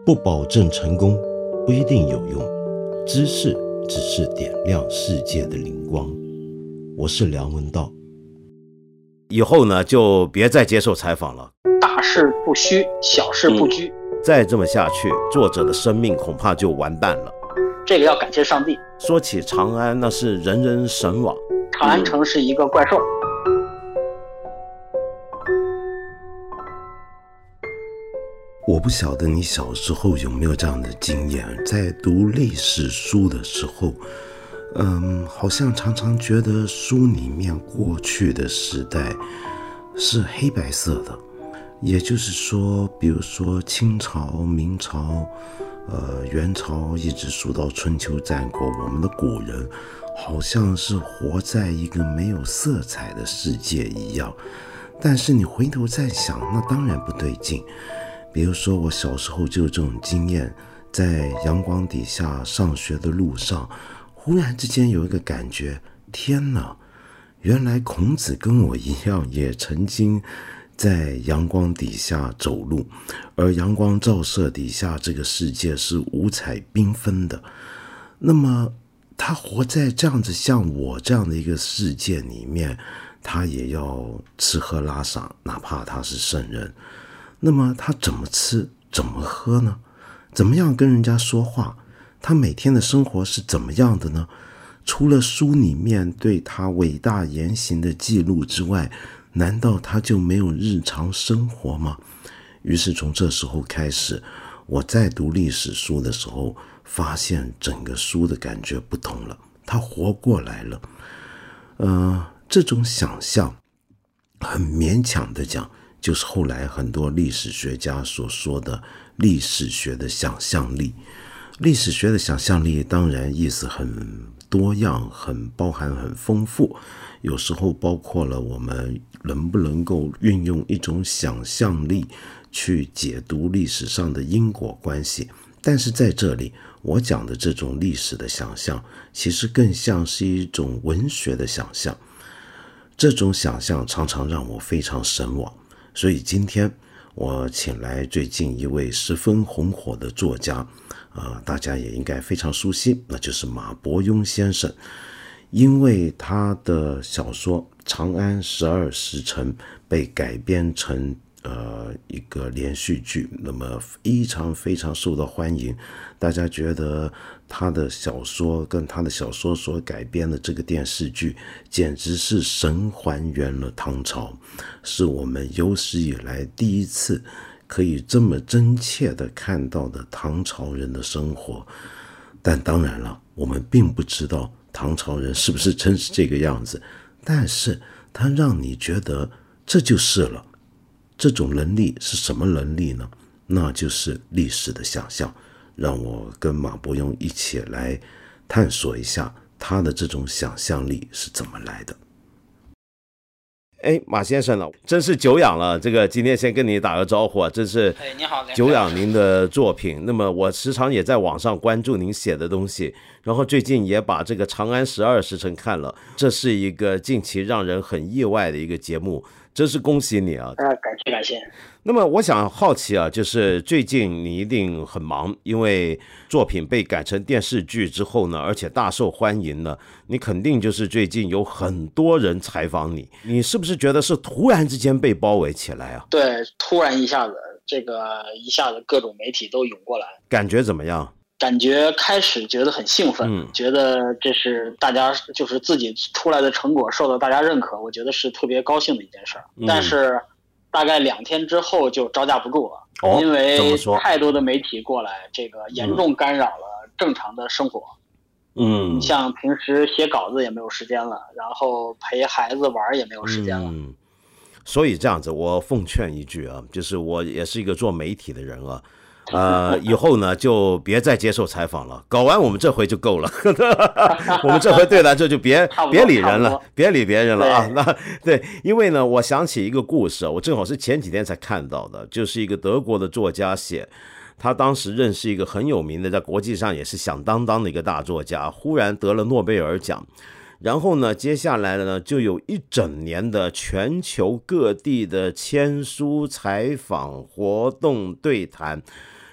不保证成功，不一定有用，知识只是点亮世界的灵光。我是梁文道。以后呢，就别再接受采访了。 大事不虚，小事不拘。 再这么下去，作者的生命恐怕就完蛋了。 这个要感谢上帝。 说起长安，那是人人神往。 长安城是一个怪兽。 我不晓得你小时候有没有这样的经验，在读历史书的时候，好像常常觉得书里面过去的时代是黑白色的，也就是说，比如说清朝、明朝、元朝，一直数到春秋战国，我们的古人好像是活在一个没有色彩的世界一样。但是你回头再想，那当然不对劲。比如说我小时候就有这种经验，在阳光底下上学的路上，忽然之间有一个感觉，天哪，原来孔子跟我一样也曾经在阳光底下走路，而阳光照射底下这个世界是五彩缤纷的。那么他活在这样子像我这样的一个世界里面，他也要吃喝拉撒，哪怕他是圣人。那么他怎么吃怎么喝呢？怎么样跟人家说话？他每天的生活是怎么样的呢？除了书里面对他伟大言行的记录之外，难道他就没有日常生活吗？于是从这时候开始，我在读历史书的时候，发现整个书的感觉不同了，他活过来了。这种想象很勉强的讲，就是后来很多历史学家所说的历史学的想象力。历史学的想象力当然意思很多样，很包含很丰富，有时候包括了我们能不能够运用一种想象力去解读历史上的因果关系。但是在这里我讲的这种历史的想象，其实更像是一种文学的想象。这种想象常常让我非常神往。所以今天我请来最近一位十分红火的作家，大家也应该非常熟悉，那就是马伯庸先生。因为他的小说《长安12时辰》被改编成一个连续剧，那么非常非常受到欢迎。大家觉得他的小说跟他的小说所改编的这个电视剧简直是神还原了唐朝，是我们有史以来第一次可以这么真切地看到的唐朝人的生活。但当然了，我们并不知道唐朝人是不是真是这个样子，但是他让你觉得这就是了。这种能力是什么能力呢？那就是历史的想象。让我跟马伯庸一起来探索一下他的这种想象力是怎么来的。马先生了，真是久仰了。这个今天先跟你打个招呼啊，真是久仰您的作品。那么我时常也在网上关注您写的东西，然后最近也把这个《长安12时辰》看了，这是一个近期让人很意外的一个节目，真是恭喜你啊！ 感谢。 那么我想好奇啊，就是最近你一定很忙，因为作品被改成电视剧之后呢，而且大受欢迎呢，你肯定就是最近有很多人采访你，你是不是觉得是突然之间被包围起来啊？ 对，突然一下子各种媒体都涌过来。感觉怎么样？ 感觉开始觉得很兴奋，觉得这是大家就是自己出来的成果受到大家认可，我觉得是特别高兴的一件事。但是大概2天之后就招架不住了，因为太多的媒体过来，这个严重干扰了正常的生活。你像平时写稿子也没有时间了，然后陪孩子玩也没有时间了。 所以这样子，我奉劝一句啊，就是我也是一个做媒体的人啊。以后呢就别再接受采访了，搞完我们这回就够了。我们这回对了，这就别理人了，别理别人了啊。那对，因为呢，我想起一个故事，我正好是前几天才看到的，就是一个德国的作家写，他当时认识一个很有名的，在国际上也是响当当的一个大作家，忽然得了诺贝尔奖。然后呢，接下来呢，就有1整年的全球各地的签书、采访、活动、对谈。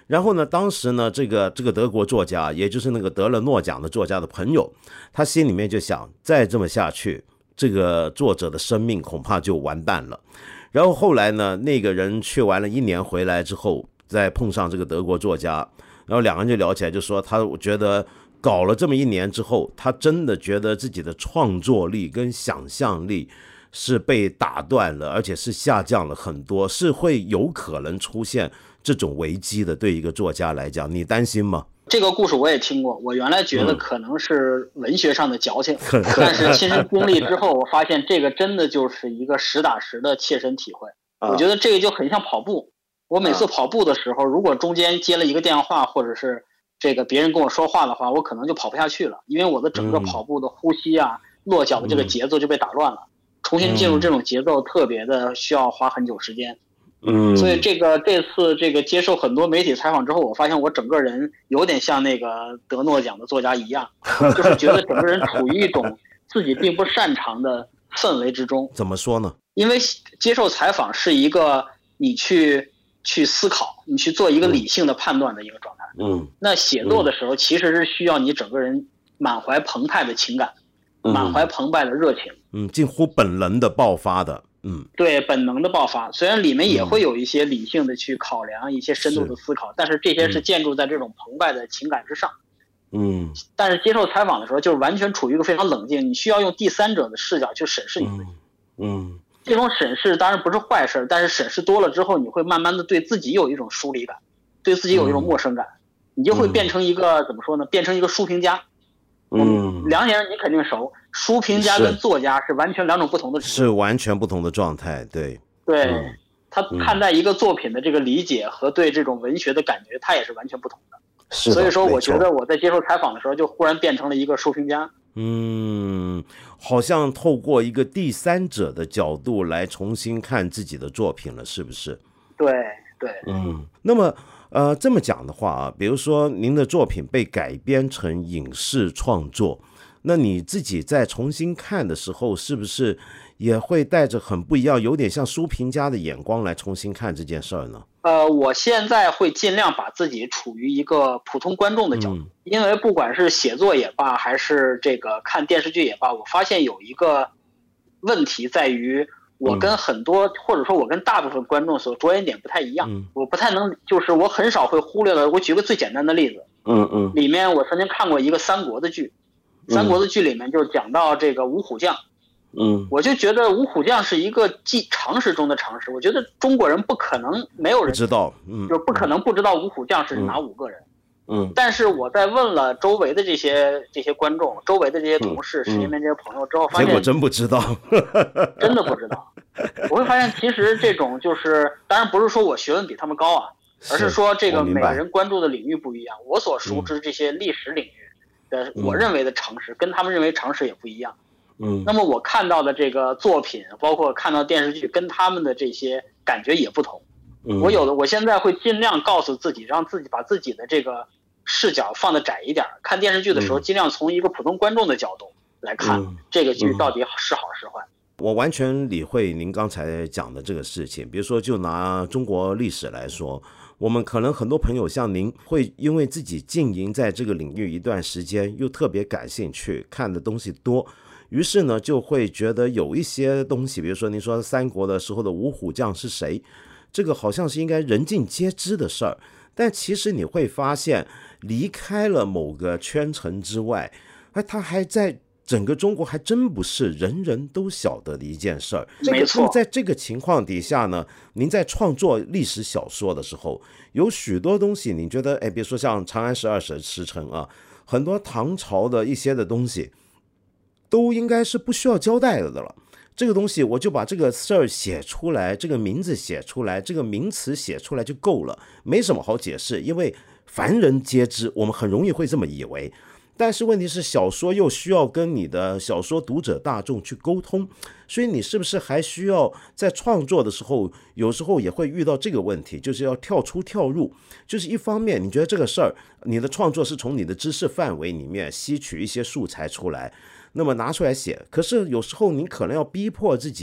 然后呢，当时呢，这个德国作家，也就是那个得了诺奖的作家的朋友，他心里面就想，再这么下去，这个作者的生命恐怕就完蛋了。然后后来呢，那个人去完了1年回来之后，再碰上这个德国作家，然后两个人就聊起来，就说他觉得搞了这么1年之后，他真的觉得自己的创作力跟想象力是被打断了，而且是下降了很多，是会有可能出现这种危机的。对一个作家来讲，你担心吗？ 这个故事我也听过，我原来觉得可能是文学上的矫情，但是亲身经历之后，我发现这个真的就是一个实打实的切身体会。我觉得这个就很像跑步，我每次跑步的时候，如果中间接了一个电话，或者是这个别人跟我说话的话，我可能就跑不下去了，因为我的整个跑步的呼吸啊、落脚的这个节奏就被打乱了，重新进入这种节奏特别的需要花很久时间。所以这次这个接受很多媒体采访之后，我发现我整个人有点像那个得诺奖的作家一样，就是觉得整个人处于一种自己并不擅长的氛围之中。 怎么说呢？ 因为接受采访是一个你去思考，你去做一个理性的判断的一个状态。那写作的时候其实是需要你整个人满怀澎湃的情感，满怀澎湃的热情， 近乎本能的爆发的。 对，本能的爆发，虽然里面也会有一些理性的去考量，一些深度的思考，但是这些是建筑在这种澎湃的情感之上。但是接受采访的时候，就是完全处于一个非常冷静，你需要用第三者的视角去审视你自己。这种审视当然不是坏事，但是审视多了之后，你会慢慢的对自己有一种疏离感，对自己有一种陌生感，你就会变成一个怎么说呢？变成一个书评家。梁先生你肯定熟，书评家跟作家是完全两种不同的， 是完全不同的状态。对， 他看待一个作品的这个理解和对这种文学的感觉，他也是完全不同的。所以说我觉得我在接受采访的时候就忽然变成了一个书评家。 好像透过一个第三者的角度来重新看自己的作品了，是不是？ 对。 那么这么讲的话啊，比如说您的作品被改编成影视创作，那你自己在重新看的时候，是不是也会带着很不一样，有点像书评家的眼光来重新看这件事儿呢？ 我现在会尽量把自己处于一个普通观众的角度，因为不管是写作也罢，还是这个看电视剧也罢，我发现有一个问题在于，我跟很多或者说我跟大部分观众所着眼点不太一样，我不太能，就是我很少会忽略了。我举个最简单的例子，里面我曾经看过一个三国的剧，三国的剧里面就讲到这个五虎将。我就觉得五虎将是一个常识中的常识，我觉得中国人不可能没有人知道， 就不可能不知道五虎将是哪5个人。但是我在问了周围的这些观众，周围的这些同事，身边这些朋友之后，发现结果真不知道， 真的不知道。我会发现其实这种就是，当然不是说我学问比他们高啊，而是说这个每个人关注的领域不一样，我所熟知这些历史领域的我认为的常识，跟他们认为常识也不一样。那么我看到的这个作品，包括看到电视剧，跟他们的这些感觉也不同。我现在会尽量告诉自己，让自己把自己的这个视角放得窄一点，看电视剧的时候尽量从一个普通观众的角度来看这个剧到底是好是坏。 我完全理会您刚才讲的这个事情。比如说就拿中国历史来说，我们可能很多朋友像您会因为自己经营在这个领域一段时间，又特别感兴趣，看的东西多，于是呢就会觉得有一些东西，比如说您说三国的时候的五虎将是谁，这个好像是应该人尽皆知的事儿，但其实你会发现离开了某个圈层之外，它还在整个中国还真不是人人都晓得的一件事儿。 没错。 在这个情况底下呢，您在创作历史小说的时候，有许多东西你觉得比如说像长安十二时辰啊，很多唐朝的一些的东西都应该是不需要交代的了。这个东西我就把这个事儿写出来，这个名字写出来，这个名词写出来就够了，没什么好解释，因为凡人皆知，我们很容易会这么以为。但是问题是小说又需要跟你的小说读者大众去沟通，所以你是不是还需要在创作的时候，有时候也会遇到这个问题，就是要跳出跳入。就是一方面你觉得这个事儿，你的创作是从你的知识范围里面吸取一些素材出来，那么拿出来写，可是有时候你可能要逼迫自己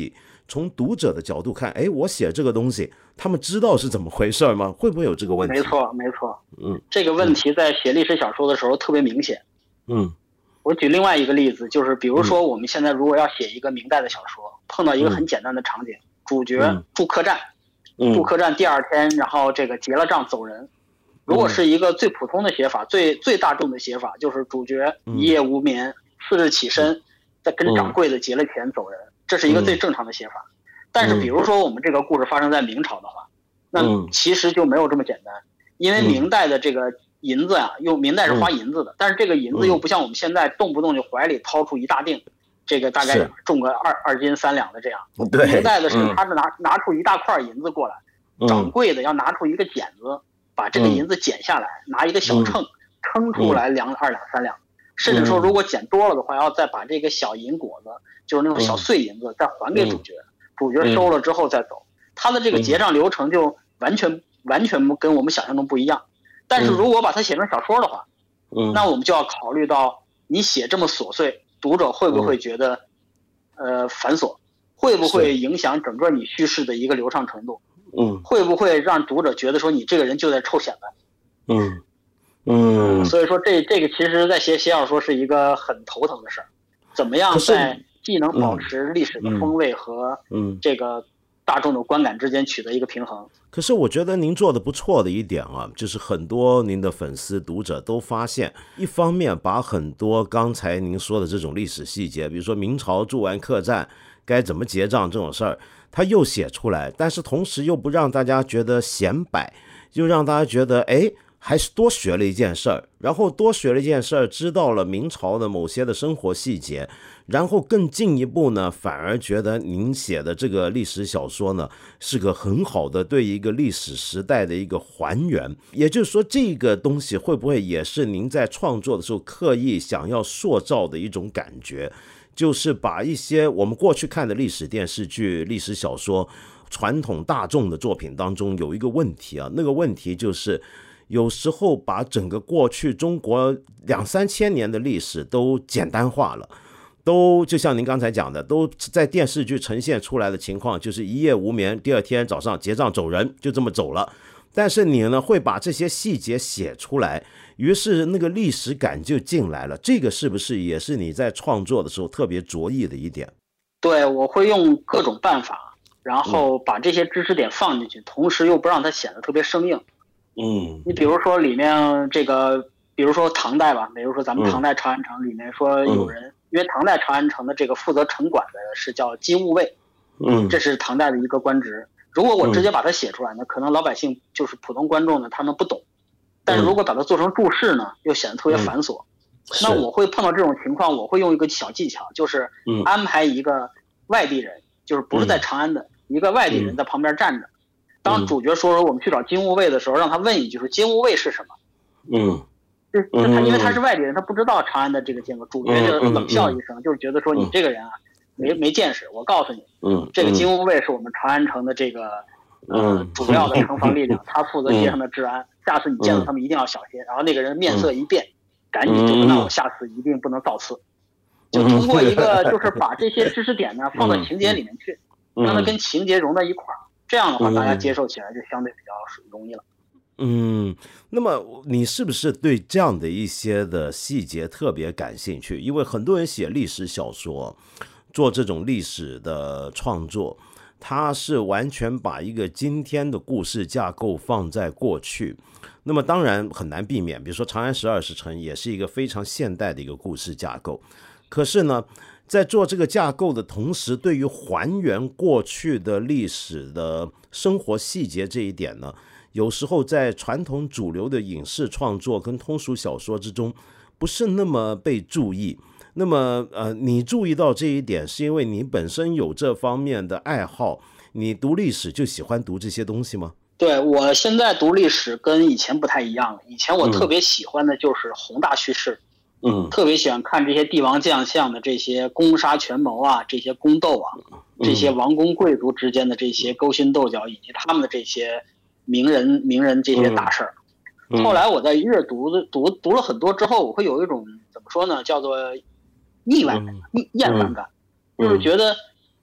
从读者的角度看，哎，我写这个东西，他们知道是怎么回事吗？会不会有这个问题？ 没错，没错。这个问题在写历史小说的时候特别明显。我举另外一个例子，就是比如说我们现在如果要写一个明代的小说，碰到一个很简单的场景，主角住客栈，住客栈第二天，然后这个结了账走人。如果是一个最普通的写法，最大众的写法，就是主角一夜无眠，次日起身，再跟掌柜的结了钱走人，这是一个最正常的写法。但是比如说我们这个故事发生在明朝的话，那其实就没有这么简单，因为明代的这个银子呀，用明代是花银子的，但是这个银子又不像我们现在动不动就怀里掏出一大锭，这个大概重个2斤3两的这样。明代的是他是拿出一大块银子过来，掌柜的要拿出一个剪子，把这个银子剪下来，拿一个小秤称出来2两3两，甚至说如果剪多了的话，要再把这个小银果子，就是那种小碎银子再还给主角，主角收了之后再走。他的这个结账流程就完全跟我们想象中不一样。但是如果把它写成小说的话，那我们就要考虑到你写这么琐碎，读者会不会觉得繁琐，会不会影响整个你叙事的一个流畅程度，会不会让读者觉得说你这个人就在臭显摆。所以说这个其实在写小说是一个很头疼的事儿，怎么样在既能保持历史的风味和这个大众的观感之间取得一个平衡。 可是我觉得您做的不错的一点啊，就是很多您的粉丝读者都发现，一方面把很多刚才您说的这种历史细节，比如说明朝住完客栈该怎么结账这种事儿，他又写出来，但是同时又不让大家觉得显摆，就让大家觉得还是多学了一件事儿，然后多学了一件事儿，知道了明朝的某些的生活细节，然后更进一步呢，反而觉得您写的这个历史小说呢，是个很好的对一个历史时代的一个还原。也就是说，这个东西会不会也是您在创作的时候刻意想要塑造的一种感觉？就是把一些我们过去看的历史电视剧、历史小说、传统大众的作品当中有一个问题啊，那个问题就是有时候把整个过去中国2-3千年的历史都简单化了，都就像您刚才讲的，都在电视剧呈现出来的情况就是一夜无眠，第二天早上结账走人，就这么走了。但是你呢，会把这些细节写出来，于是那个历史感就进来了。这个是不是也是你在创作的时候特别着意的一点？ 对，我会用各种办法，然后把这些知识点放进去，同时又不让它显得特别生硬。你比如说里面这个，比如说唐代吧，比如说咱们唐代长安城里面说有人，因为唐代长安城的这个负责城管的是叫金吾卫，这是唐代的一个官职。如果我直接把它写出来呢，可能老百姓就是普通观众呢，他们不懂。但是如果把它做成注释呢，又显得特别繁琐。那我会碰到这种情况，我会用一个小技巧，就是安排一个外地人，就是不是在长安的一个外地人在旁边站着。当主角说我们去找金吾卫的时候，让他问一句说金吾卫是什么？他因为他是外地人，他不知道长安的这个经过，主角就冷笑一声，就是觉得说你这个人啊没见识。我告诉你，这个金吾卫是我们长安城的这个主要的城防力量，他负责街上的治安。下次你见到他们一定要小心。然后那个人面色一变，赶紧就说那我下次一定不能造次。就通过一个就是把这些知识点呢放到情节里面去，让它跟情节融在一块儿。这样的话，大家接受起来就相对比较容易了。 那么你是不是对这样的一些的细节特别感兴趣？因为很多人写历史小说，做这种历史的创作，他是完全把一个今天的故事架构放在过去。那么当然很难避免，比如说《长安十二时辰》也是一个非常现代的一个故事架构。可是呢，在做这个架构的同时，对于还原过去的历史的生活细节这一点呢，有时候在传统主流的影视创作跟通俗小说之中不是那么被注意。那么你注意到这一点，是因为你本身有这方面的爱好，你读历史就喜欢读这些东西吗？ 对，我现在读历史跟以前不太一样了。以前我特别喜欢的就是宏大叙事，特别喜欢看这些帝王将相的这些攻杀权谋啊，这些宫斗啊，这些王公贵族之间的这些勾心斗角，以及他们的这些名人这些大事儿。后来我在阅读了很多之后，我会有一种怎么说呢，叫做厌烦感，就是觉得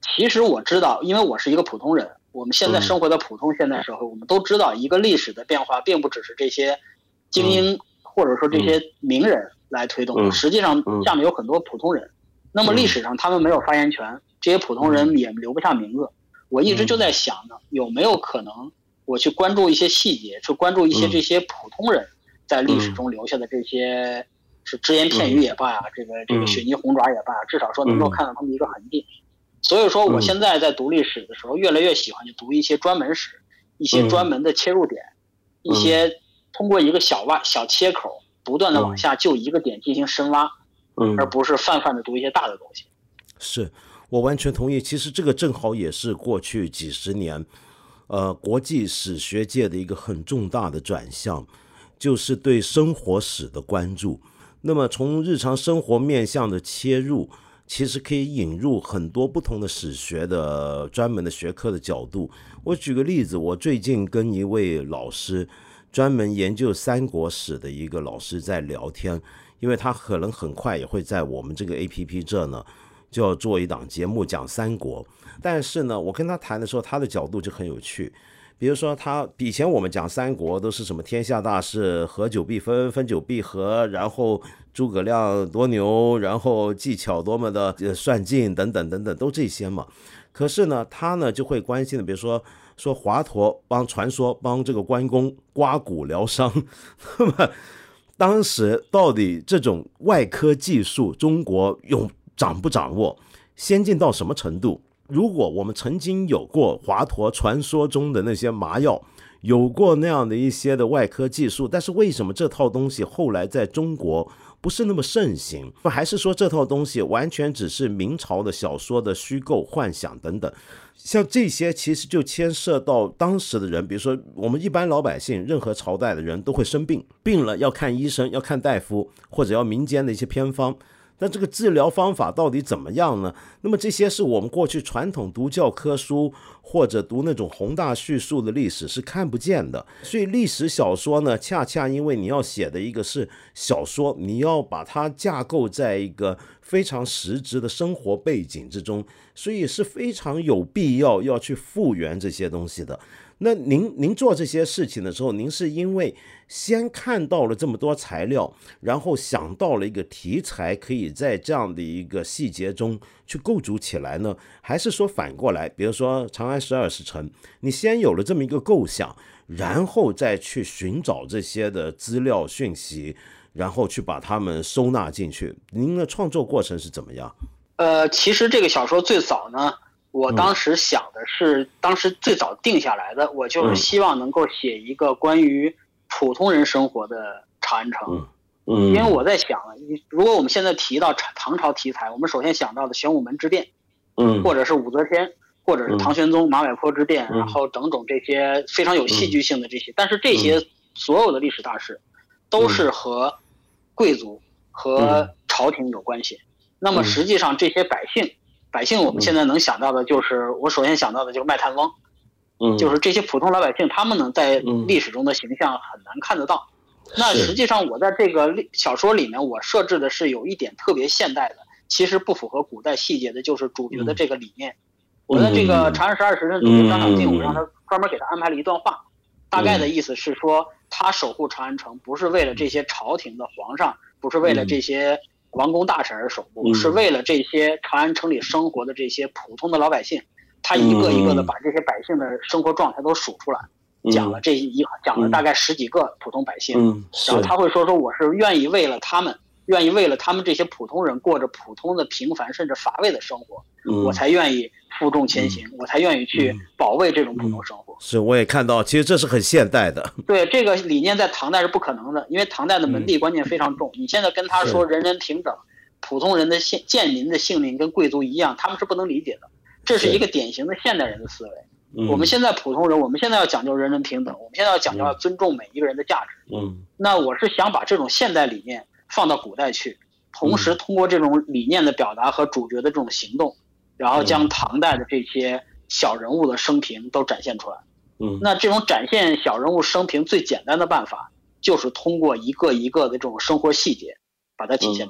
其实我知道，因为我是一个普通人，我们现在生活在普通现代社会，我们都知道一个历史的变化并不只是这些精英或者说这些名人来推动的，实际上下面有很多普通人，那么历史上他们没有发言权，这些普通人也留不下名字。我一直就在想呢，有没有可能我去关注一些细节，去关注一些这些普通人在历史中留下的这些是只言片语也罢呀，这个雪泥红爪也罢，至少说能够看到他们一个痕迹。所以说我现在在读历史的时候，越来越喜欢去读一些专门史，一些专门的切入点，一些通过一个小切口不断的往下就一个点进行深挖，而不是泛泛的读一些大的东西。 是，我完全同意。其实这个正好也是过去几十年国际史学界的一个很重大的转向，就是对生活史的关注。那么从日常生活面向的切入，其实可以引入很多不同的史学的专门的学科的角度。我举个例子，我最近跟一位老师，专门研究三国史的一个老师在聊天，因为他可能很快也会在我们这个 APP 这呢就要做一档节目讲三国。但是呢，我跟他谈的时候，他的角度就很有趣。比如说他以前我们讲三国都是什么天下大势，合久必分，分久必合，然后诸葛亮多牛，然后技巧多么的算尽等等等等，都这些嘛。可是呢，他呢就会关心的，比如说华佗传说帮这个关公刮骨疗伤，那么当时到底这种外科技术中国掌不掌握，先进到什么程度？如果我们曾经有过华佗传说中的那些麻药，有过那样的一些的外科技术，但是为什么这套东西后来在中国不是那么盛行？还是说这套东西完全只是明朝的小说的虚构幻想等等？像这些其实就牵涉到当时的人，比如说我们一般老百姓，任何朝代的人都会生病，病了要看医生，要看大夫，或者要民间的一些偏方。但这个治疗方法到底怎么样呢？那么这些是我们过去传统读教科书或者读那种宏大叙述的历史是看不见的。所以历史小说呢，恰恰因为你要写的一个是小说，你要把它架构在一个非常实质的生活背景之中，所以是非常有必要去复原这些东西的。那您做这些事情的时候，您是因为先看到了这么多材料，然后想到了一个题材可以在这样的一个细节中去构筑起来呢？还是说反过来，比如说长安12时辰，你先有了这么一个构想，然后再去寻找这些的资料讯息，然后去把它们收纳进去？您的创作过程是怎么样？ 其实这个小说最早呢，我当时想的是，当时最早定下来的，我就是希望能够写一个关于普通人生活的长安城。因为我在想，如果我们现在提到唐朝题材，我们首先想到的玄武门之变，或者是武则天，或者是唐玄宗马嵬坡之变，然后等等这些非常有戏剧性的这些，但是这些所有的历史大事都是和贵族和朝廷有关系。那么实际上这些百姓我们现在能想到的就是我首先想到的就是卖炭翁，就是这些普通老百姓，他们呢在历史中的形象很难看得到。那实际上我在这个小说里面，我设置的是有一点特别现代的，其实不符合古代细节的，就是主角的这个理念。我在这个长安12时辰主角张小敬，我让他专门给他安排了一段话，大概的意思是说，他守护长安城不是为了这些朝廷的皇上，不是为了这些王公大臣而守护，是为了这些长安城里生活的这些普通的老百姓，他一个一个的把这些百姓的生活状态都数出来，讲了大概10几个普通百姓，然后他会说我是愿意为了他们这些普通人过着普通的平凡甚至乏味的生活，我才愿意负重前行，我才愿意去保卫这种普通生活。 是，我也看到，其实这是很现代的。 对，这个理念在唐代是不可能的，因为唐代的门第观念非常重。你现在跟他说人人平等，普通人的贱民的性命跟贵族一样，他们是不能理解的。这是一个典型的现代人的思维。我们现在普通人，我们现在要讲究人人平等，我们现在要讲究要尊重每一个人的价值。那我是想把这种现代理念放到古代去，同时通过这种理念的表达和主角的这种行动，然后将唐代的这些小人物的生平都展现出来。那这种展现小人物生平最简单的办法，就是通过一个一个的这种生活细节把它体现出来。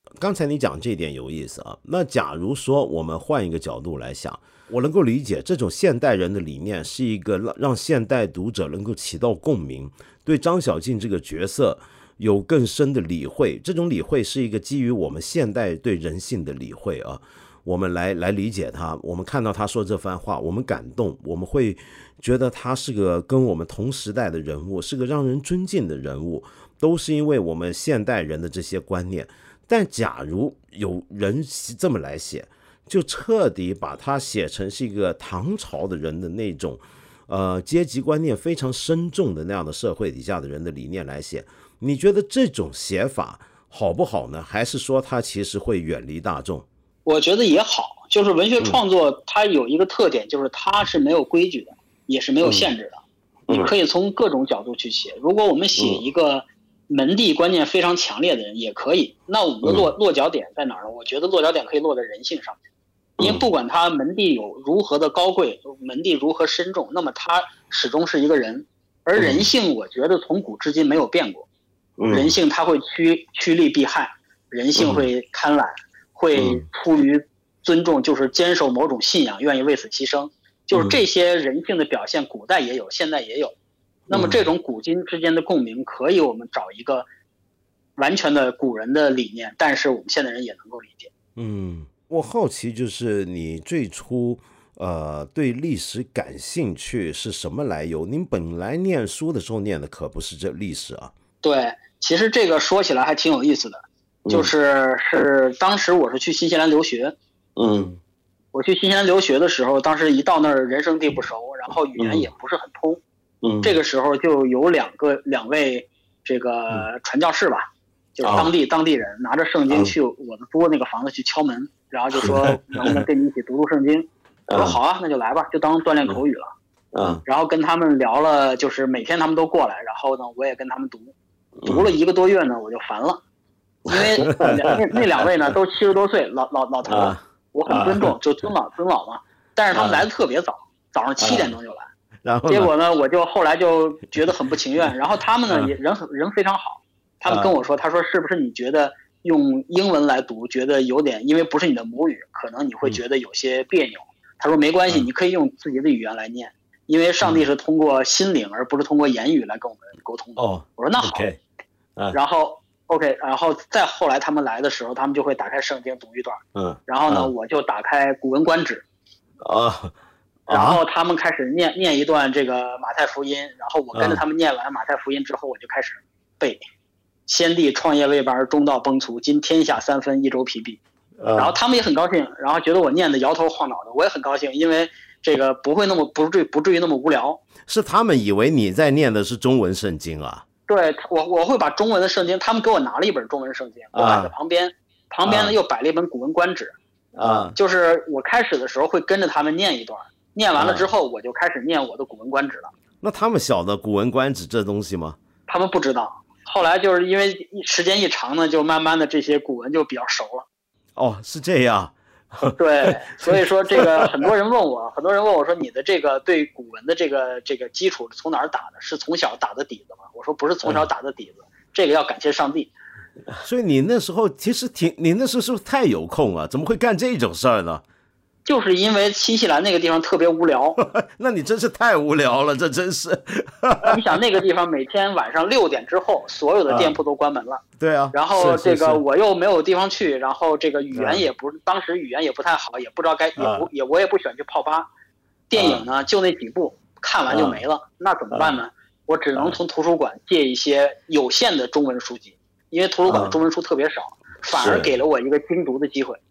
刚才你讲这一点有意思啊。那假如说我们换一个角度来想，我能够理解这种现代人的理念是一个让现代读者能够起到共鸣，对张小静这个角色有更深的理会，这种理会是一个基于我们现代对人性的理会啊。我们来理解他，我们看到他说这番话，我们感动，我们会觉得他是个跟我们同时代的人物，是个让人尊敬的人物，都是因为我们现代人的这些观念。但假如有人这么来写，就彻底把他写成是一个唐朝的人的那种阶级观念非常深重的那样的社会底下的人的理念来写，你觉得这种写法好不好呢？还是说他其实会远离大众？ 我觉得也好，就是文学创作它有一个特点，就是它是没有规矩的，也是没有限制的，你可以从各种角度去写。如果我们写一个门第观念非常强烈的人也可以，那我们的落脚点在哪儿呢？我觉得落脚点可以落在人性上面，因为不管他门第有如何的高贵，门第如何深重，那么他始终是一个人，而人性我觉得从古至今没有变过，人性他会趋利避害，人性会贪婪，会出于尊重，就是坚守某种信仰，愿意为此牺牲，就是这些人性的表现，古代也有，现在也有。那么这种古今之间的共鸣，可以我们找一个完全的古人的理念，但是我们现代人也能够理解。 我好奇就是你最初对历史感兴趣是什么来由？您本来念书的时候念的可不是这历史啊。 对，其实这个说起来还挺有意思的，就是当时我是去新西兰留学，我去新西兰留学的时候，当时一到那儿人生地不熟，然后语言也不是很通，这个时候就有两位这个传教士吧，就是当地人拿着圣经去我的租那个房子去敲门，然后就说能不能跟你一起读圣经？我说好啊，那就来吧，就当锻炼口语了。然后跟他们聊了，就是每天他们都过来，然后呢我也跟他们读了1个多月呢，我就烦了，因为那两位呢都70多岁老头，我很尊重，就尊老嘛，但是他们来的特别早，早上7点钟就来。 然后结果呢，我就后来就觉得很不情愿。然后他们呢也人非常好，他们跟我说，他说是不是你觉得用英文来读，觉得有点，因为不是你的母语，可能你会觉得有些别扭。他说没关系，你可以用自己的语言来念，因为上帝是通过心灵，而不是通过言语来跟我们沟通的。我说那好，然后 OK， 然后再后来他们来的时候，他们就会打开圣经读一段，然后呢我就打开古文观止，然后他们开始念一段这个马太福音，然后我跟着他们念完马太福音之后，我就开始背先帝创业未半而中道崩殂，今天下3分1州疲弊。然后他们也很高兴，然后觉得我念的摇头晃脑的，我也很高兴，因为这个不至于那么无聊。 是他们以为你在念的是中文圣经啊？ 对，我会把中文的圣经，他们给我拿了一本中文圣经，我摆在旁边呢又摆了一本古文观止，就是我开始的时候会跟着他们念一段，念完了之后我就开始念我的古文观止了。 那他们晓得古文观止这东西吗？ 他们不知道，后来就是因为时间一长呢，就慢慢的这些古文就比较熟了。 是这样。 对，所以说这个很多人问我说你的这个对古文的这个基础从哪儿打的？是从小打的底子吗？我说不是从小打的底子，这个要感谢上帝。 所以你那时候其实你那时候是不是太有空了？怎么会干这种事儿呢？ 就是因为新西兰那个地方特别无聊。 那你真是太无聊了，这真是。 你想那个地方每天晚上6点之后，所有的店铺都关门了。 对啊。 然后这个我又没有地方去，然后这个语言也不，当时语言也不太好，也不知道我也不喜欢去泡吧。电影呢就那几部，看完就没了，那怎么办呢？我只能从图书馆借一些有限的中文书籍，因为图书馆的中文书特别少，反而给了我一个精读的机会。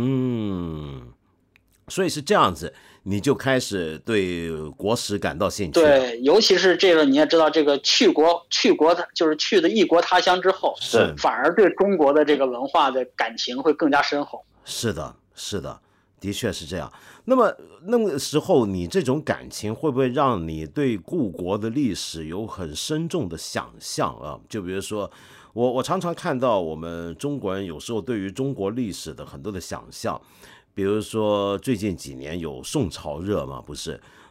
所以是这样子，你就开始对国史感到兴趣。 对，尤其是这个你也知道，这个去国就是去的异国他乡之后，反而对中国的这个文化的感情会更加深厚。 是的，的确是这样。那么那个时候，你这种感情会不会让你对故国的历史有很深重的想象啊？就比如说，我常常看到我们中国人有时候对于中国历史的很多的想象。比如说最近几年有宋朝热嘛，不是？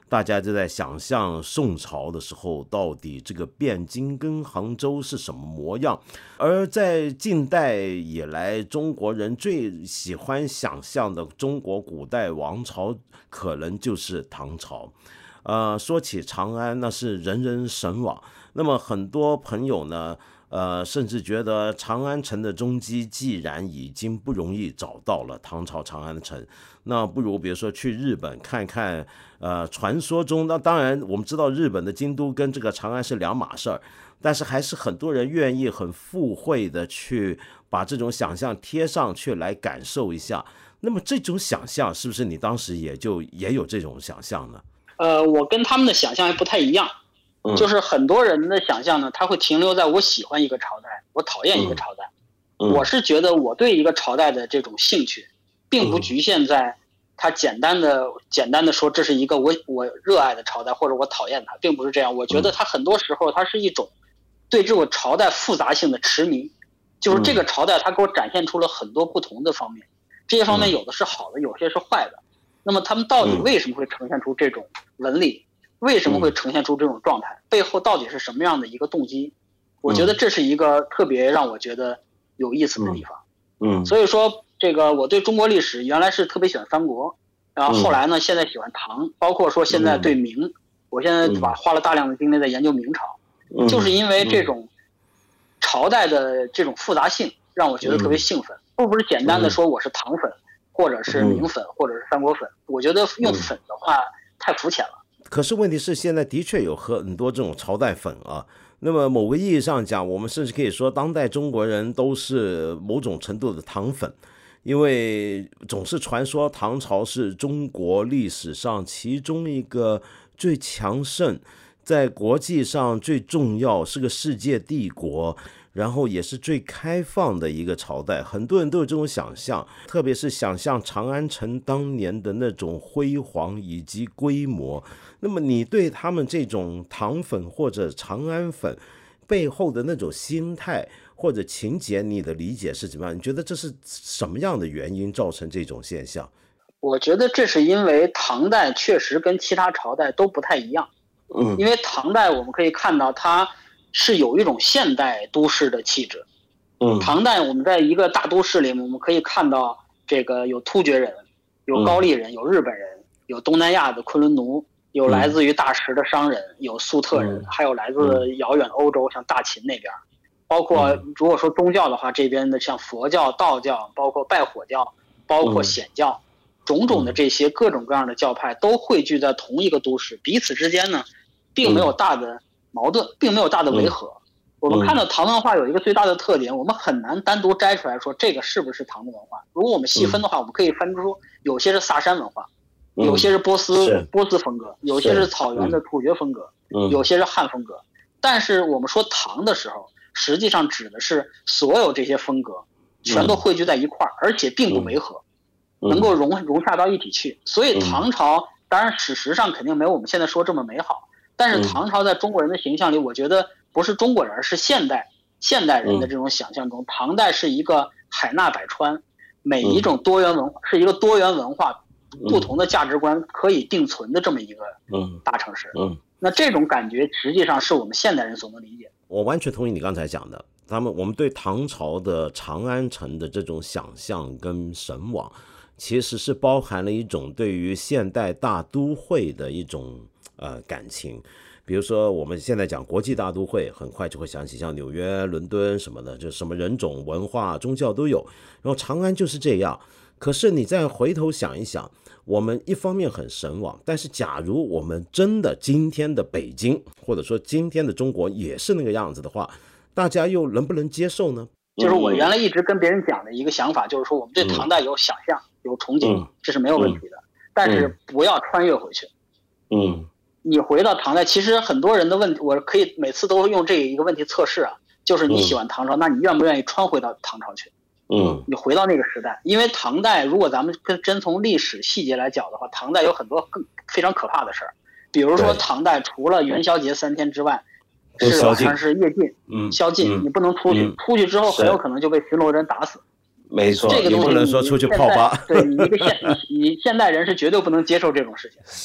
大家就在想象宋朝的时候到底这个汴京跟杭州是什么模样。而在近代以来，中国人最喜欢想象的中国古代王朝可能就是唐朝。说起长安，那是人人神往。那么很多朋友呢，甚至觉得长安城的踪迹既然已经不容易找到了，唐朝长安城，那不如比如说去日本看看，传说中，那当然我们知道日本的京都跟这个长安是两码事儿，但是还是很多人愿意很附会的去把这种想象贴上去来感受一下。那么这种想象是不是你当时也有这种想象呢？ 我跟他们的想象还不太一样。就是很多人的想象呢，他会停留在我喜欢一个朝代，我讨厌一个朝代。我是觉得我对一个朝代的这种兴趣，并不局限在他简单的说这是一个我热爱的朝代，或者我讨厌它，并不是这样。我觉得它很多时候它是一种对这个朝代复杂性的痴迷，就是这个朝代它给我展现出了很多不同的方面，这些方面有的是好的，有些是坏的。那么他们到底为什么会呈现出这种纹理？为什么会呈现出这种状态？背后到底是什么样的一个动机？我觉得这是一个特别让我觉得有意思的地方。所以说这个我对中国历史原来是特别喜欢三国，然后后来呢，现在喜欢唐，包括说现在对明，我现在花了大量的精力在研究明朝，就是因为这种朝代的这种复杂性让我觉得特别兴奋，不是简单的说我是唐粉，或者是明粉，或者是三国粉。我觉得用粉的话太肤浅了。 可是问题是，现在的确有很多这种朝代粉啊。那么某个意义上讲，我们甚至可以说，当代中国人都是某种程度的唐粉，因为总是传说唐朝是中国历史上其中一个最强盛，在国际上最重要，是个世界帝国，然后也是最开放的一个朝代。很多人都有这种想象，特别是想象长安城当年的那种辉煌以及规模。那么你对他们这种唐粉或者长安粉背后的那种心态或者情节，你的理解是怎么样？你觉得这是什么样的原因造成这种现象？ 我觉得这是因为唐代确实跟其他朝代都不太一样。因为唐代我们可以看到它是有一种现代都市的气质。唐代我们在一个大都市里面，我们可以看到这个有突厥人，有高丽人，有日本人，有东南亚的昆仑奴，有来自于大食的商人，有粟特人，还有来自遥远欧洲像大秦那边，包括如果说宗教的话，这边的像佛教、道教，包括拜火教，包括显教，种种的这些各种各样的教派都汇聚在同一个都市，彼此之间呢并没有大的矛盾，并没有大的违和。我们看到唐文化有一个最大的特点，我们很难单独摘出来说这个是不是唐的文化。如果我们细分的话，我们可以分出有些是萨珊文化，有些是波斯风格，有些是草原的突厥风格，有些是汉风格。但是我们说唐的时候，实际上指的是所有这些风格全都汇聚在一块儿，而且并不违和，能够融洽到一起去。所以唐朝当然史实上肯定没有我们现在说这么美好，但是唐朝在中国人的形象里，我觉得不是中国人，而是现代人的这种想象中，唐代是一个海纳百川，每一种多元文化是一个多元文化不同的价值观可以并存的这么一个大城市。那这种感觉实际上是我们现代人所能理解的。 我完全同意你刚才讲的，我们对唐朝的长安城的这种想象跟神往，其实是包含了一种对于现代大都会的一种感情。比如说我们现在讲国际大都会，很快就会想起像纽约、伦敦什么的，就什么人种、文化、宗教都有，然后长安就是这样。可是你再回头想一想，我们一方面很神往，但是假如我们真的今天的北京，或者说今天的中国也是那个样子的话，大家又能不能接受呢？ 就是我原来一直跟别人讲的一个想法，就是说我们对唐代有想象、有憧憬，这是没有问题的，但是不要穿越回去。你回到唐代，其实很多人的问题，我可以每次都用这一个问题测试啊，就是你喜欢唐朝，那你愿不愿意穿回到唐朝去？你回到那个时代，因为唐代如果咱们真从历史细节来讲的话，唐代有很多非常可怕的事儿，比如说唐代除了元宵节3天之外，是晚上是夜禁，宵禁，你不能出去，出去之后很有可能就被巡逻人打死。 没错， 这个东西不能说出去泡吧。 对，你现代人是绝对不能接受这种事情。 是，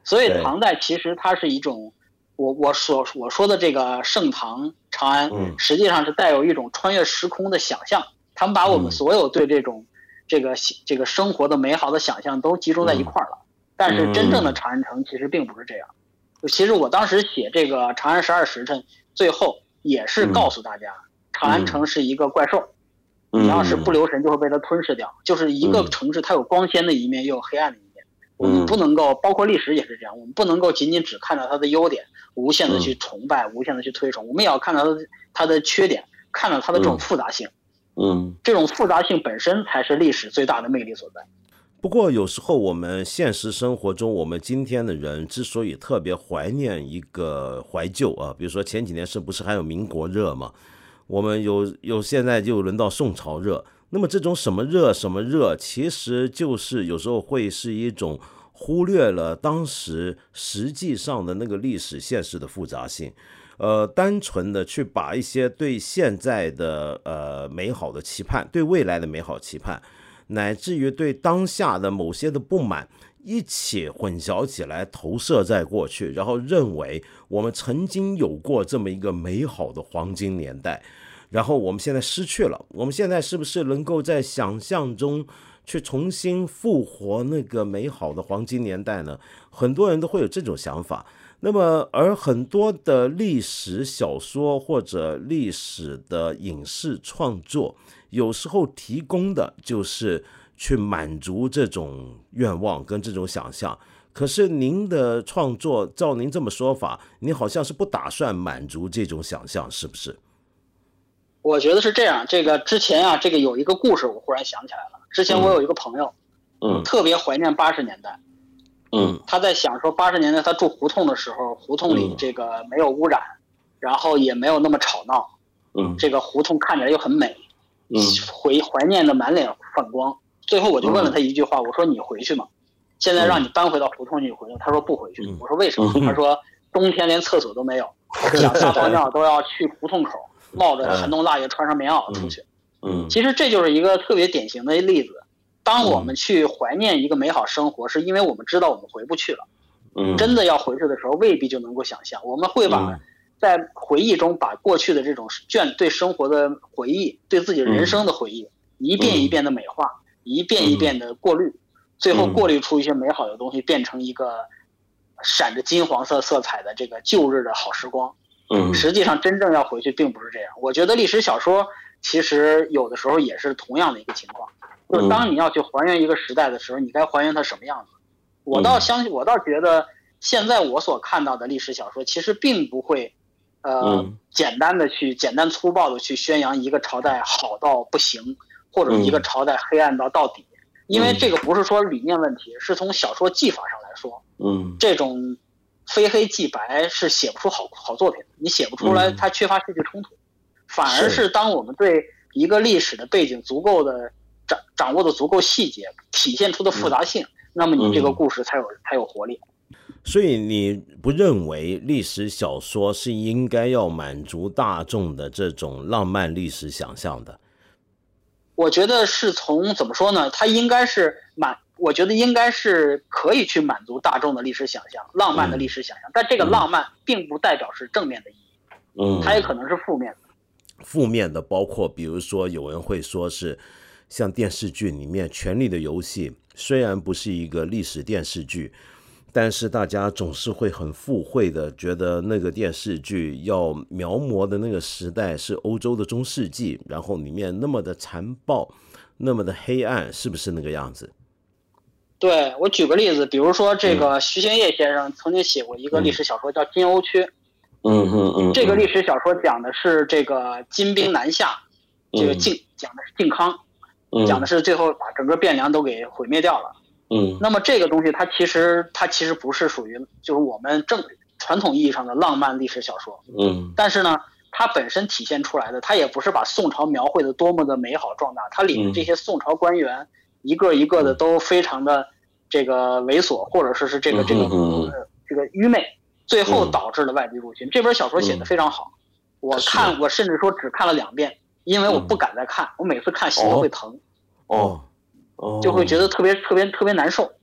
所以唐代其实它是一种，我说的这个盛唐长安，实际上是带有一种穿越时空的想象，他们把我们所有对这种这个生活的美好的想象都集中在一块儿了。但是真正的长安城其实并不是这样。其实我当时写这个《长安十二时辰》，最后也是告诉大家，长安城是一个怪兽，你要是不留神就会被它吞噬掉。就是一个城市，它有光鲜的一面，又有黑暗的一面。我们不能够，包括历史也是这样，我们不能够仅仅只看到它的优点，无限的去崇拜，无限的去推崇。我们也要看到它的缺点，看到它的这种复杂性。这种复杂性本身才是历史最大的魅力所在。 不过有时候我们现实生活中，我们今天的人之所以特别怀念一个怀旧啊，比如说前几年是不是还有民国热嘛？我们有现在就轮到宋朝热。那么这种什么热，其实就是有时候会是一种忽略了当时实际上的那个历史现实的复杂性，单纯的去把一些对现在的美好的期盼，对未来的美好期盼，乃至于对当下的某些的不满一起混淆起来，投射在过去，然后认为我们曾经有过这么一个美好的黄金年代，然后我们现在失去了。我们现在是不是能够在想象中去重新复活那个美好的黄金年代呢？很多人都会有这种想法。那么而很多的历史小说或者历史的影视创作，有时候提供的就是去满足这种愿望跟这种想象。可是您的创作，照您这么说法，您好像是不打算满足这种想象，是不是？ 我觉得是这样。这个之前啊，这个有一个故事，我忽然想起来了。之前我有一个朋友，特别怀念80年代。他在想说80年代他住胡同的时候，胡同里这个没有污染，然后也没有那么吵闹，这个胡同看起来又很美，怀念的满脸泛光。最后我就问了他一句话，我说你回去吗？现在让你搬回到胡同，你回去？他说不回去。我说为什么？他说冬天连厕所都没有，想撒泡尿都要去胡同口，冒着寒冬腊月穿上棉袄出去。其实这就是一个特别典型的例子。当我们去怀念一个美好生活，是因为我们知道我们回不去了。真的要回去的时候，未必就能够想象。我们会在回忆中把过去的这种对生活的回忆，对自己人生的回忆，一遍一遍的美化，一遍一遍的过滤，最后过滤出一些美好的东西，变成一个闪着金黄色色彩的这个旧日的好时光。实际上真正要回去并不是这样。我觉得历史小说其实有的时候也是同样的一个情况，就是当你要去还原一个时代的时候，你该还原它什么样子。我倒觉得现在我所看到的历史小说其实并不会简单粗暴的去宣扬一个朝代好到不行，或者一个朝代黑暗到底。因为这个不是说理念问题，是从小说技法上来说，这种非黑即白是写不出好作品的，你写不出来，它缺乏戏剧冲突。反而是当我们对一个历史的背景足够的掌握的足够细节，体现出的复杂性，那么你这个故事才有活力。 所以你不认为历史小说是应该要满足大众的这种浪漫历史想象的？ 我觉得是从怎么说呢？它应该是我觉得应该是可以去满足大众的历史想象，浪漫的历史想象。但这个浪漫并不代表是正面的意义，它也可能是负面的。 负面的包括比如说有人会说是像电视剧里面《权力的游戏》，虽然不是一个历史电视剧，但是大家总是会很附会的觉得那个电视剧要描摹的那个时代是欧洲的中世纪，然后里面那么的残暴，那么的黑暗，是不是那个样子？ 对，我举个例子，比如说这个徐行业先生曾经写过一个历史小说叫《金瓯缺》。这个历史小说讲的是这个金兵南下，这个讲的是靖康，讲的是最后把整个汴梁都给毁灭掉了。那么这个东西它其实不是属于就是我们传统意义上的浪漫历史小说。但是呢，它本身体现出来的，它也不是把宋朝描绘的多么的美好壮大，它里面这些宋朝官员一个一个的都非常的这个猥琐，或者是这个愚昧。最后导致了外敌入侵。这本小说写得非常好，我甚至说只看了2遍，因为我不敢再看，我每次看心都会疼，就会觉得特别难受。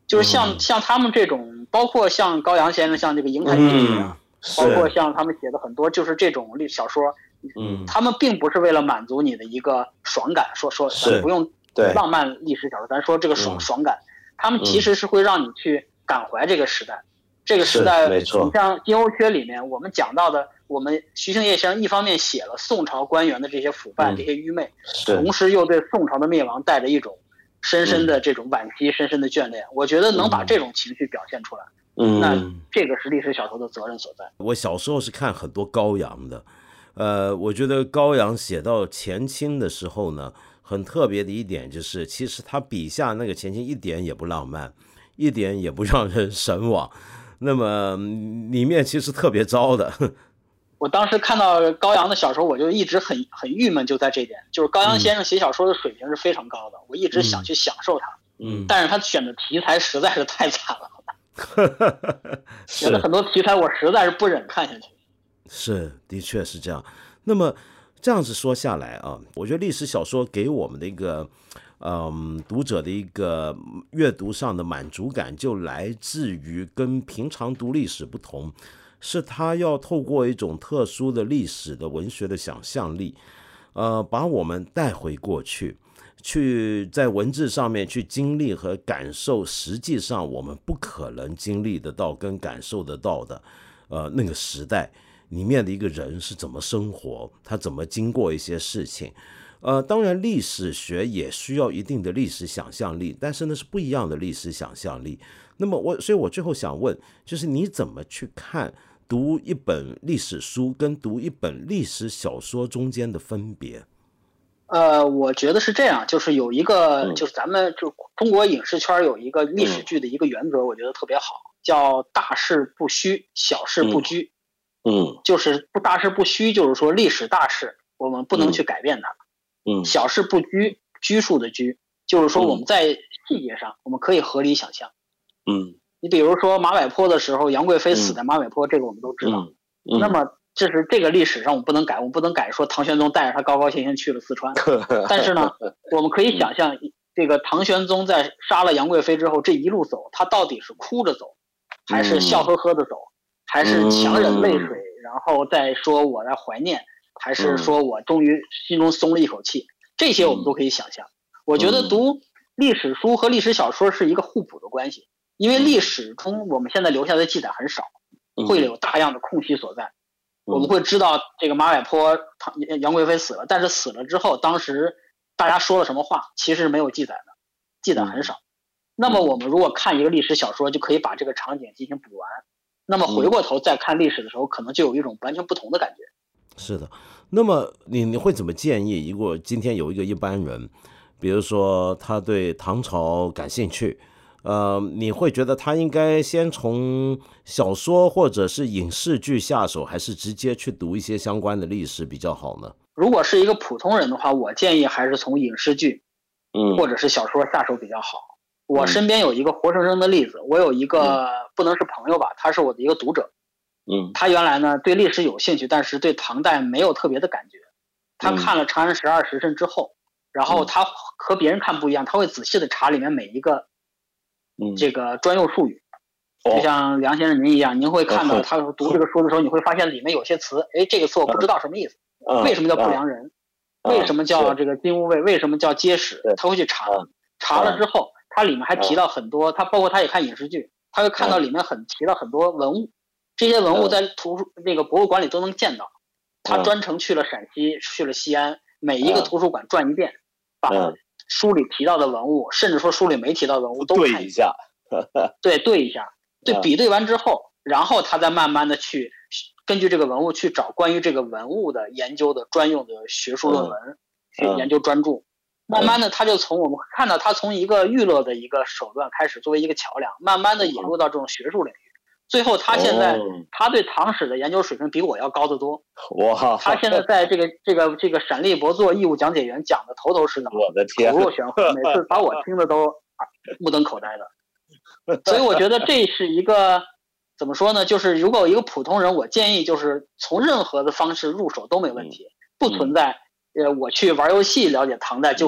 就是像他们这种，包括像高阳先生，像这个瀛台记者，包括像他们写的很多就是这种小说，他们并不是为了满足你的一个爽感，说咱不用浪漫历史小说，咱说这个爽感，他们其实是会让你去感怀这个时代。这个时代， 没错。 你像《金瓯缺》里面我们讲到的，我们徐庆业先生一方面写了宋朝官员的这些腐败、这些愚昧，同时又对宋朝的灭亡带着一种深深的这种惋惜、深深的眷恋。我觉得能把这种情绪表现出来，那这个是历史小说的责任所在。 我小时候是看很多高阳的，我觉得高阳写到前清的时候呢，很特别的一点就是，其实他笔下那个前清一点也不浪漫，一点也不让人神往。那么里面其实特别糟的。 我当时看到高阳的小说，我就一直很郁闷，就在这点，就是高阳先生写小说的水平是非常高的，我一直想去享受他，但是他选的题材实在是太惨了，觉得很多题材我实在是不忍看下去。 是，的确是这样。那么这样子说下来啊，我觉得历史小说给我们的一个读者的一个阅读上的满足感，就来自于跟平常读历史不同，是他要透过一种特殊的历史的文学的想象力，把我们带回过去，去在文字上面去经历和感受实际上我们不可能经历得到跟感受得到的那个时代里面的一个人是怎么生活，他怎么经过一些事情。当然历史学也需要一定的历史想象力，但是那是不一样的历史想象力。那么所以我最后想问，就是你怎么去看读一本历史书跟读一本历史小说中间的分别？ 我觉得是这样，就是有一个，就是咱们就中国影视圈有一个历史剧的一个原则，我觉得特别好，叫大事不虚，小事不拘。就是不大事不虚，就是说历史大事我们不能去改变它。小事不拘，拘束的拘，就是说我们在细节上我们可以合理想象。你比如说马嵬坡的时候，杨贵妃死在马嵬坡，这个我们都知道。那么这是这个历史上我们不能改，我们不能改说唐玄宗带着他高高兴兴去了四川。但是呢，我们可以想象，这个唐玄宗在杀了杨贵妃之后，这一路走，他到底是哭着走，还是笑呵呵的走，还是强忍泪水，然后再说我在怀念，还是说我终于心中松了一口气，这些我们都可以想象。我觉得读历史书和历史小说是一个互补的关系，因为历史中我们现在留下的记载很少，会有大量的空隙所在。我们会知道这个马嵬坡杨贵妃死了，但是死了之后当时大家说了什么话其实没有记载的，记载很少。那么我们如果看一个历史小说，就可以把这个场景进行补完，那么回过头再看历史的时候，可能就有一种完全不同的感觉。 是的。那么你会怎么建议，如果今天有一个一般人，比如说他对唐朝感兴趣，你会觉得他应该先从小说或者是影视剧下手，还是直接去读一些相关的历史比较好呢？ 如果是一个普通人的话，我建议还是从影视剧或者是小说下手比较好。我身边有一个活生生的例子，我有一个不能是朋友吧，他是我的一个读者。他原来呢对历史有兴趣，但是对唐代没有特别的感觉。他看了《长安十二时辰》之后，然后他和别人看不一样，他会仔细的查里面每一个这个专用术语。就像梁先生您一样，您会看到他读这个书的时候，你会发现里面有些词，这个词我不知道什么意思，为什么叫不良人，为什么叫这个金吾卫，为什么叫街史，他会去查。查了之后，他里面还提到很多，他包括他也看影视剧，他会看到里面提到很多文物，这些文物在那个博物馆里都能见到。他专程去了陕西，去了西安，每一个图书馆转一遍，把书里提到的文物，甚至说书里没提到的文物都看一下，对一下，比对完之后，然后他再慢慢的去根据这个文物去找关于这个文物的研究的专用的学术论文，去研究专著。慢慢的，他就我们看到他从一个娱乐的一个手段开始，作为一个桥梁，慢慢的引入到这种学术领域。最后他现在他对唐史的研究水平比我要高得多。哇！他现在在这个陕历博作义务讲解员讲的头头是道， 我的天， 口若悬河，每次把我听的都目瞪口呆的。所以我觉得这是一个怎么说呢？就是如果一个普通人，我建议就是从任何的方式入手都没问题，不存在我去玩游戏了解唐代就比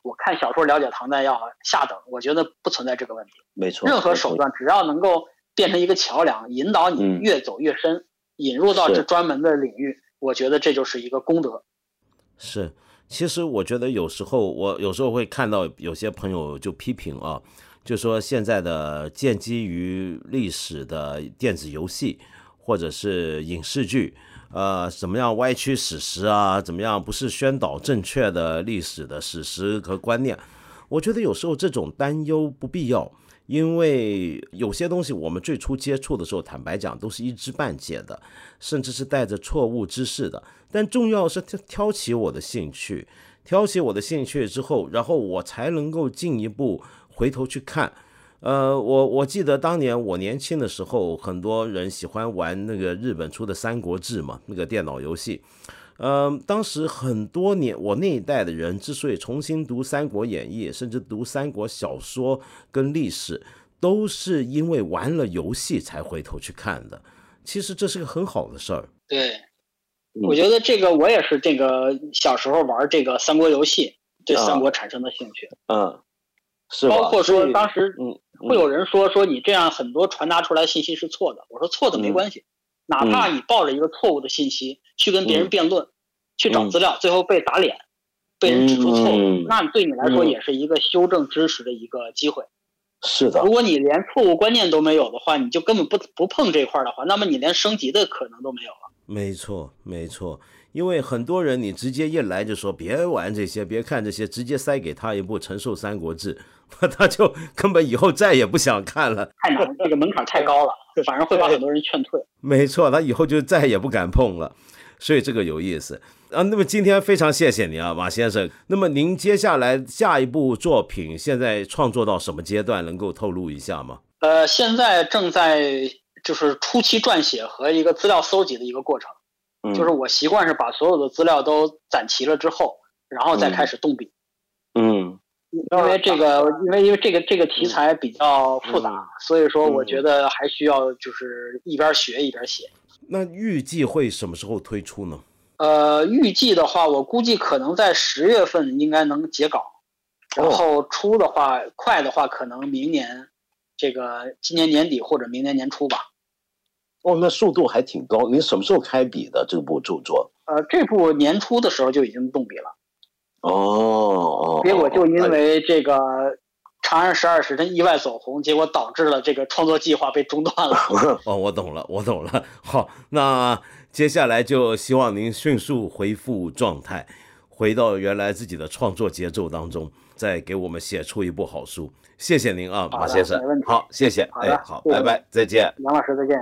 我看小说了解唐代要下等，我觉得不存在这个问题。 没错， 任何手段只要能够变成一个桥梁，引导你越走越深，引入到这专门的领域，我觉得这就是一个功德。 是，其实我觉得我有时候会看到有些朋友就批评啊，就说现在的建基于历史的电子游戏或者是影视剧，怎么样歪曲史实啊，怎么样不是宣导正确的历史的史实和观念。我觉得有时候这种担忧不必要，因为有些东西我们最初接触的时候，坦白讲都是一知半解的，甚至是带着错误知识的。但重要是挑起我的兴趣之后，然后我才能够进一步回头去看。我记得当年我年轻的时候，很多人喜欢玩那个日本出的《三国志》嘛，那个电脑游戏。当时很多年，我那一代的人之所以重新读《三国演义》，甚至读三国小说跟历史，都是因为玩了游戏才回头去看的。其实这是个很好的事儿。 对，我觉得这个我也是这个小时候玩这个三国游戏，对三国产生的兴趣。 是吧？ 包括说当时会有人说你这样很多传达出来的信息是错的，我说错的没关系，哪怕你抱着一个错误的信息去跟别人辩论，去找资料，最后被打脸，被人指出错误，那对你来说也是一个修正知识的一个机会。 是的， 如果你连错误观念都没有的话，你就根本不碰这块的话，那么你连升级的可能都没有了。 没错，没错。因为很多人你直接一来就说别玩这些，别看这些，直接塞给他一部《陈寿三国志》，他就根本以后再也不想看了。 太难，这个门槛太高了，反而会把很多人劝退。 没错，他以后就再也不敢碰了。所以这个有意思啊。那么今天非常谢谢你啊，马先生。那么您接下来下一部作品现在创作到什么阶段，能够透露一下吗？ 现在正在就是初期撰写和一个资料搜集的一个过程。就是我习惯是把所有的资料都攒齐了之后，然后再开始动笔。因为这个题材比较复杂，所以说我觉得还需要就是一边学一边写。 那预计会什么时候推出呢？ 预计的话，我估计可能在10月份应该能截稿，然后出的话，快的话可能明年今年年底或者明年年初吧。 那速度还挺高。您什么时候开笔的这部著作？ 这部年初的时候就已经动笔了。结果就因为这个《长安十二时辰》意外走红，结果导致了这个创作计划被中断了。 我懂了。好，那接下来就希望您迅速恢复状态，回到原来自己的创作节奏当中，再给我们写出一部好书。谢谢您啊，马先生。好，谢谢。好，拜拜，再见。 杨老师，再见。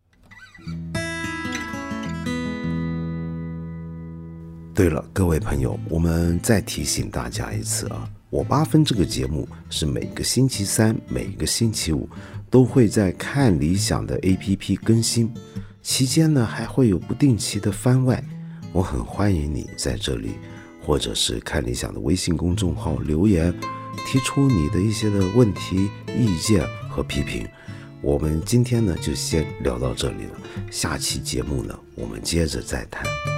对了，各位朋友，我们再提醒大家一次啊，我8分这个节目是每个星期三、每个星期五都会在看理想的 APP 更新，期间呢还会有不定期的番外。我很欢迎你在这里，或者是看理想的微信公众号留言，提出你的一些的问题、意见和批评。我们今天呢就先聊到这里了，下期节目呢我们接着再谈。